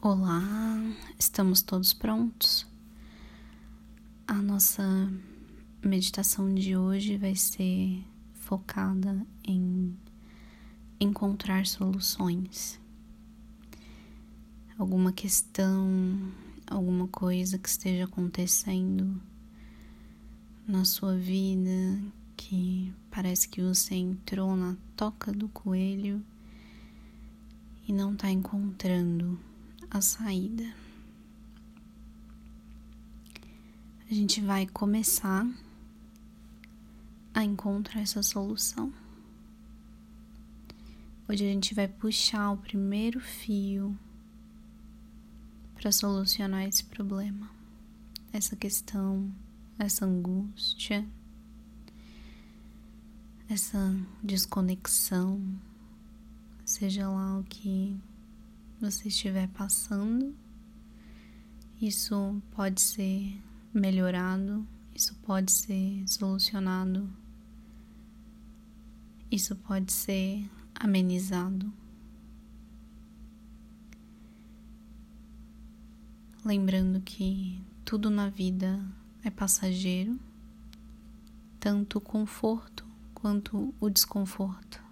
Olá, estamos todos prontos? A nossa meditação de hoje vai ser focada em encontrar soluções. Alguma questão, alguma coisa que esteja acontecendo na sua vida que parece que você entrou na toca do coelho e não está encontrando a saída. A gente vai começar a encontrar essa solução. Hoje a gente vai puxar o primeiro fio para solucionar esse problema, essa questão, essa angústia, essa desconexão, seja lá o que você estiver passando. Isso pode ser melhorado, isso pode ser solucionado, isso pode ser amenizado. Lembrando que tudo na vida é passageiro, tanto o conforto quanto o desconforto.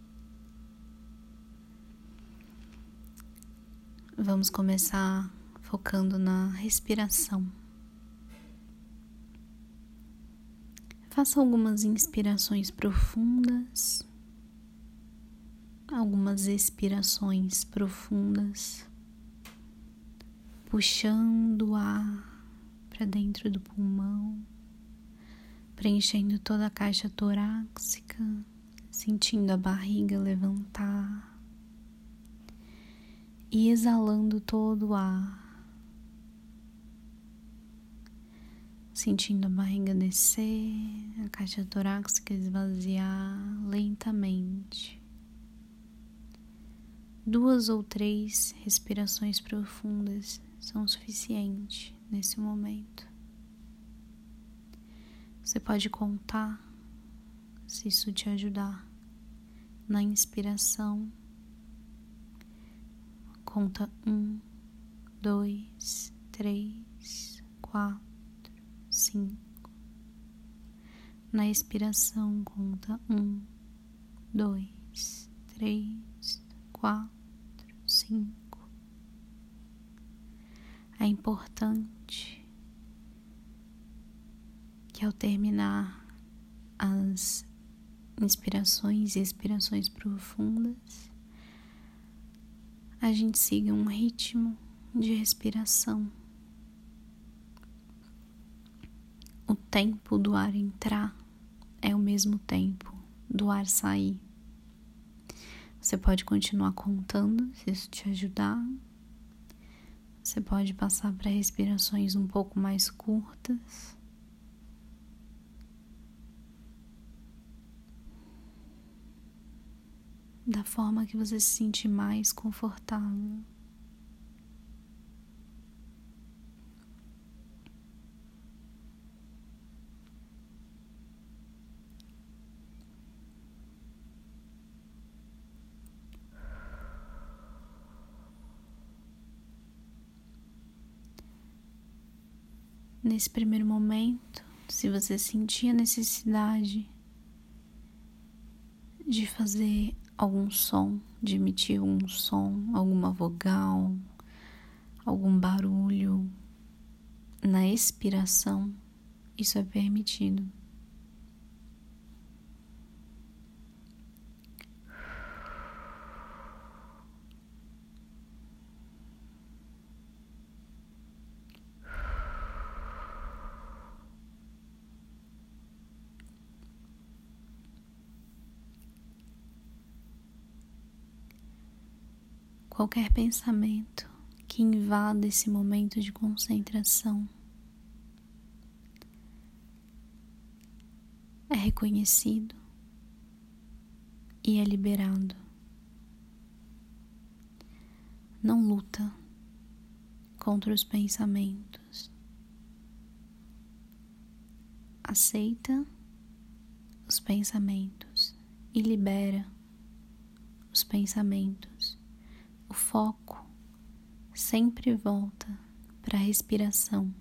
Vamos começar focando na respiração. Faça algumas inspirações profundas, algumas expirações profundas, puxando o ar para dentro do pulmão, preenchendo toda a caixa torácica, sentindo a barriga levantar e exalando todo o ar, sentindo a barriga descer, a caixa torácica esvaziar lentamente. 2 ou 3 respirações profundas são suficientes nesse momento. Você pode contar, se isso te ajudar. Na inspiração, conta 1, 2, 3, 4, 5. Na expiração, conta 1, 2, 3, 4, 5. É importante que ao terminar as inspirações e expirações profundas, a gente siga um ritmo de respiração. O tempo do ar entrar é o mesmo tempo do ar sair. Você pode continuar contando, se isso te ajudar. Você pode passar para respirações um pouco mais curtas. Da forma que você se sentir mais confortável. Nesse primeiro momento, se você sentir a necessidade de fazer algum som, de emitir algum som, alguma vogal, algum barulho, na expiração, isso é permitido. Qualquer pensamento que invada esse momento de concentração é reconhecido e é liberado. Não luta contra os pensamentos. Aceita os pensamentos e libera os pensamentos. O foco sempre volta para a respiração.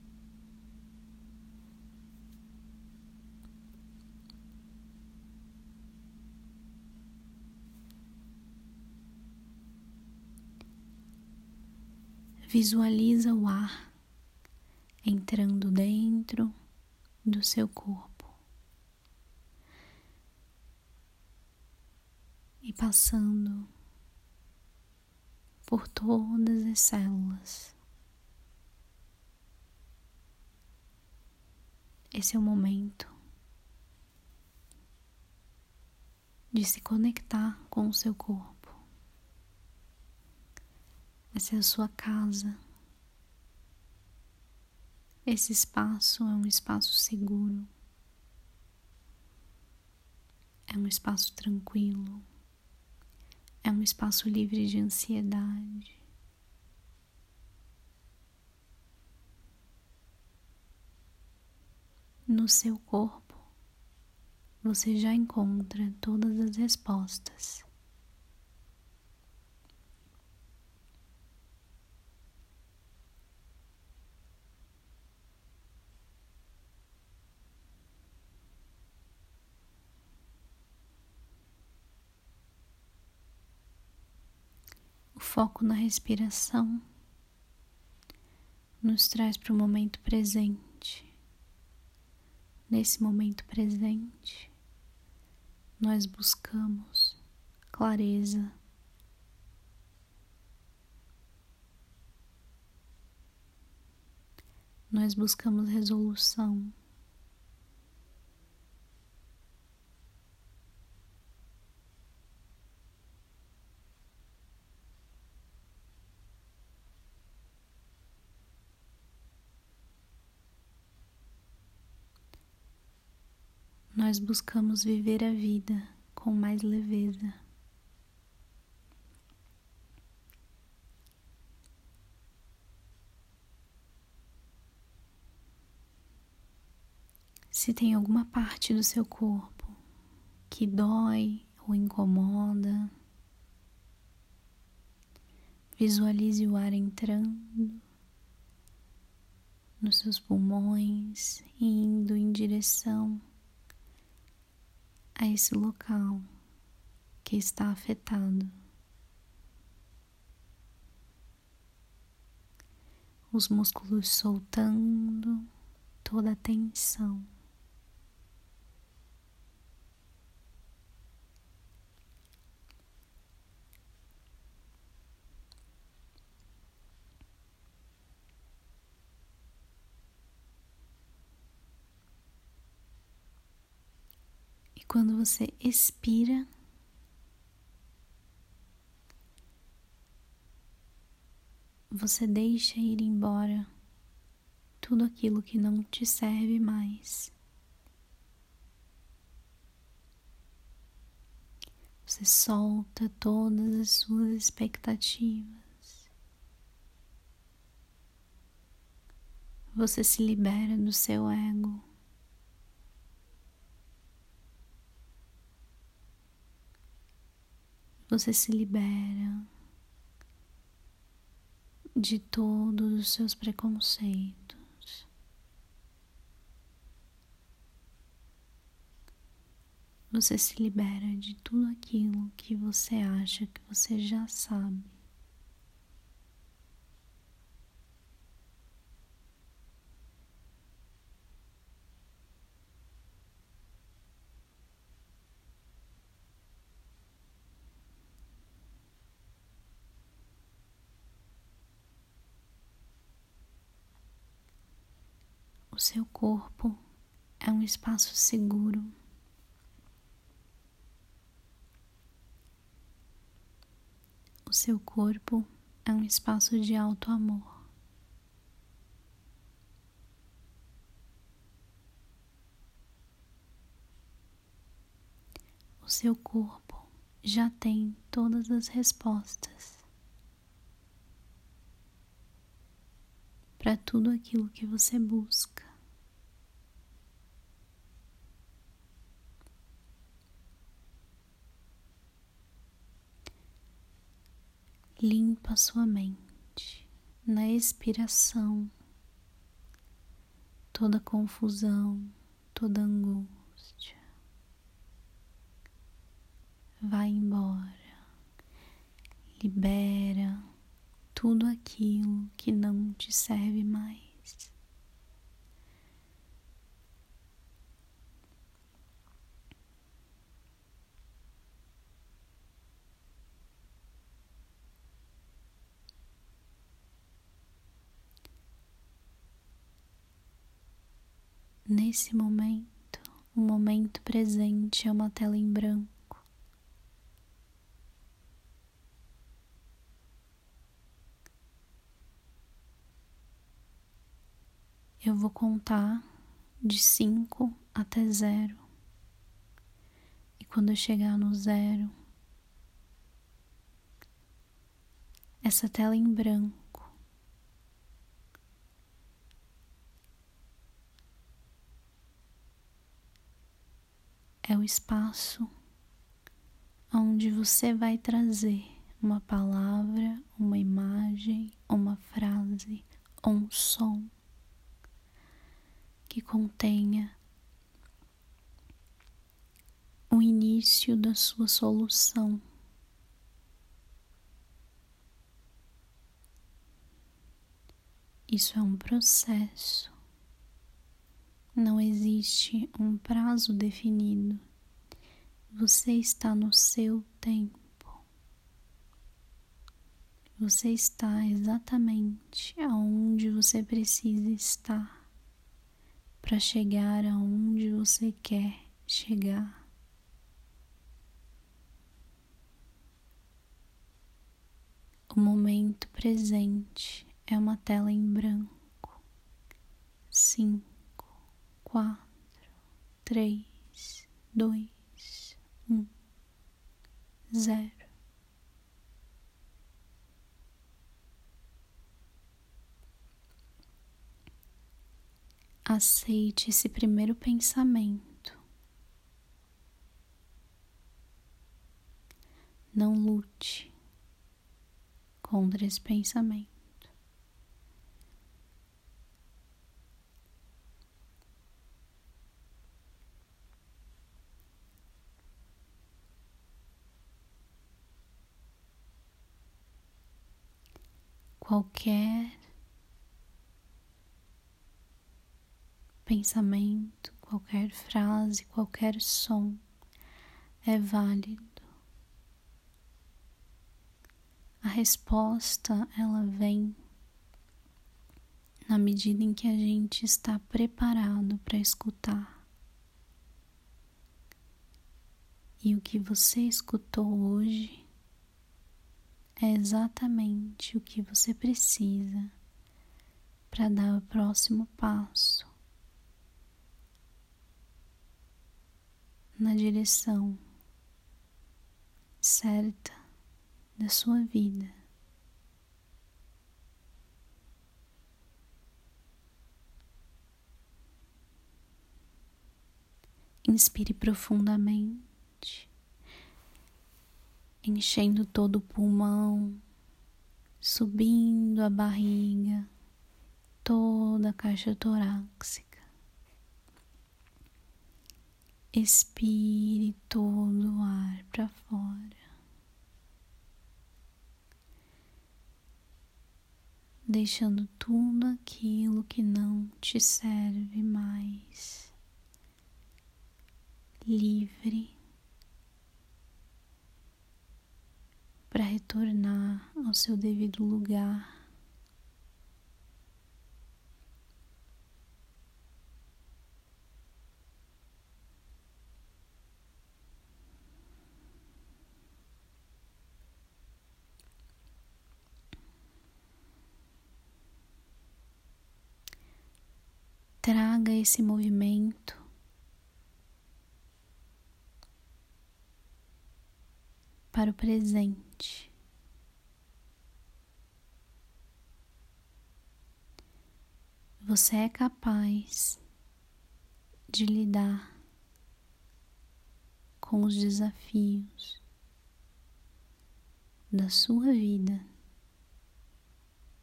Visualiza o ar entrando dentro do seu corpo e passando por todas as células. Esse é o momento de se conectar com o seu corpo. Essa é a sua casa. Esse espaço é um espaço seguro. É um espaço tranquilo. É um espaço livre de ansiedade. No seu corpo, você já encontra todas as respostas. O foco na respiração nos traz para o momento presente. Nesse momento presente, nós buscamos clareza. Nós buscamos resolução. Nós buscamos viver a vida com mais leveza. Se tem alguma parte do seu corpo que dói ou incomoda, visualize o ar entrando nos seus pulmões e indo em direção a esse local que está afetado. Os músculos soltando toda a tensão. E quando você expira, você deixa ir embora tudo aquilo que não te serve mais. Você solta todas as suas expectativas. Você se libera do seu ego. Você se libera de todos os seus preconceitos. Você se libera de tudo aquilo que você acha que você já sabe. O seu corpo é um espaço seguro. O seu corpo é um espaço de alto amor. O seu corpo já tem todas as respostas para tudo aquilo que você busca. Limpa sua mente. na expiração, toda confusão, toda angústia vai embora. Libera tudo aquilo que não te serve mais. Nesse momento, o momento presente é uma tela em branco. Eu vou contar de 5 até 0. E quando eu chegar no 0, essa tela em branco é o espaço onde você vai trazer uma palavra, uma imagem, uma frase ou um som que contenha o início da sua solução. Isso é um processo. Não existe um prazo definido. Você está no seu tempo. Você está exatamente aonde você precisa estar para chegar aonde você quer chegar. O momento presente é uma tela em branco. 5, 4, 3, 2, 1, 0. Aceite esse primeiro pensamento. Não lute contra esse pensamento. Qualquer pensamento, qualquer frase, qualquer som é válido. A resposta, ela vem na medida em que a gente está preparado para escutar. E o que você escutou hoje é exatamente o que você precisa para dar o próximo passo na direção certa da sua vida. Inspire profundamente, enchendo todo o pulmão, subindo a barriga, toda a caixa torácica. Expire todo o ar para fora, deixando tudo aquilo que não te serve mais livre para retornar ao seu devido lugar. Traga esse movimento para o presente. Você é capaz de lidar com os desafios da sua vida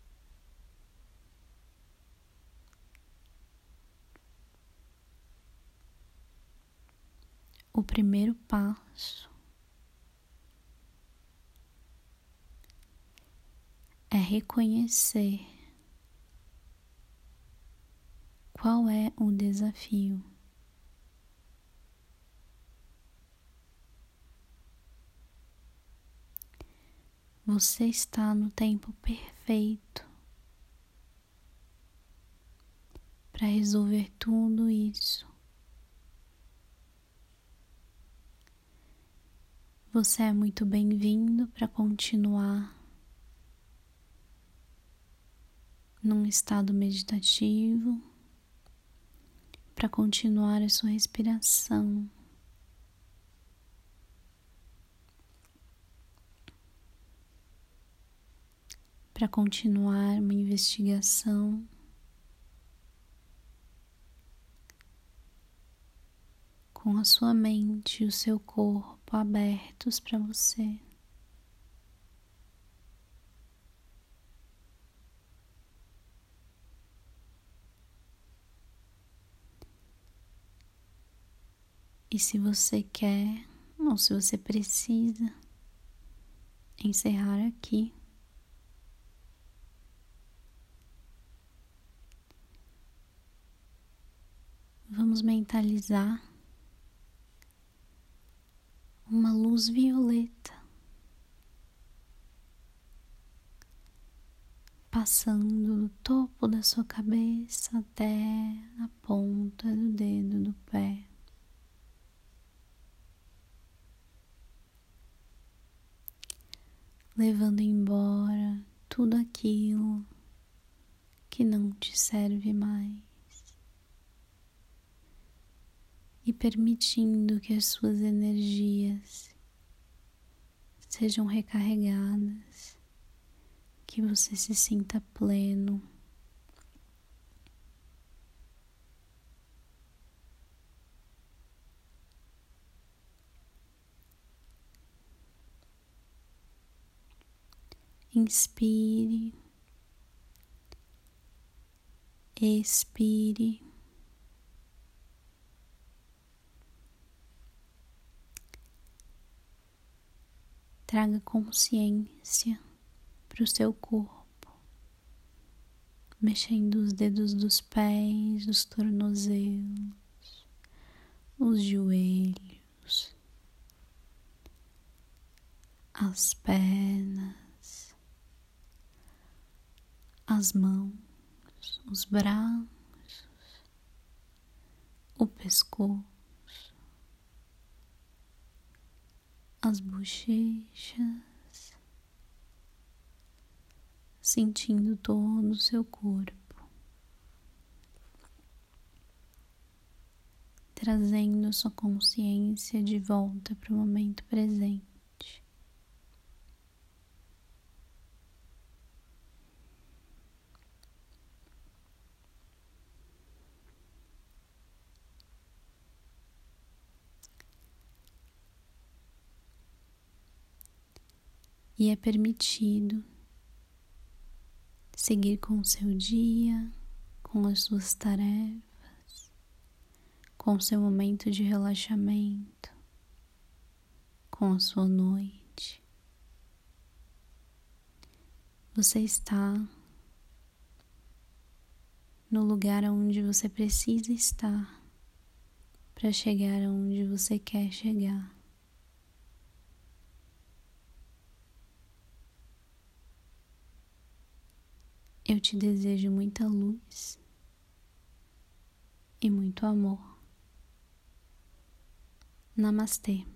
primeiro passo é reconhecer qual é o desafio. Você está no tempo perfeito para resolver tudo isso. Você é muito bem-vindo para continuar num estado meditativo, para continuar a sua respiração. Para continuar uma investigação com a sua mente e o seu corpo abertos para você. E se você quer ou se você precisa encerrar aqui, vamos mentalizar uma luz violeta passando do topo da sua cabeça até a ponta do dedo do pé. Levando embora tudo aquilo que não te serve mais e permitindo que as suas energias sejam recarregadas, que você se sinta pleno. Inspire, expire. Traga consciência para o seu corpo, mexendo os dedos dos pés, os tornozelos, os joelhos, as pernas, as mãos, os braços, o pescoço, as bochechas, sentindo todo o seu corpo, trazendo sua consciência de volta para o momento presente. E é permitido seguir com o seu dia, com as suas tarefas, com o seu momento de relaxamento, com a sua noite. Você está no lugar onde você precisa estar para chegar onde você quer chegar. Eu te desejo muita luz e muito amor. Namastê.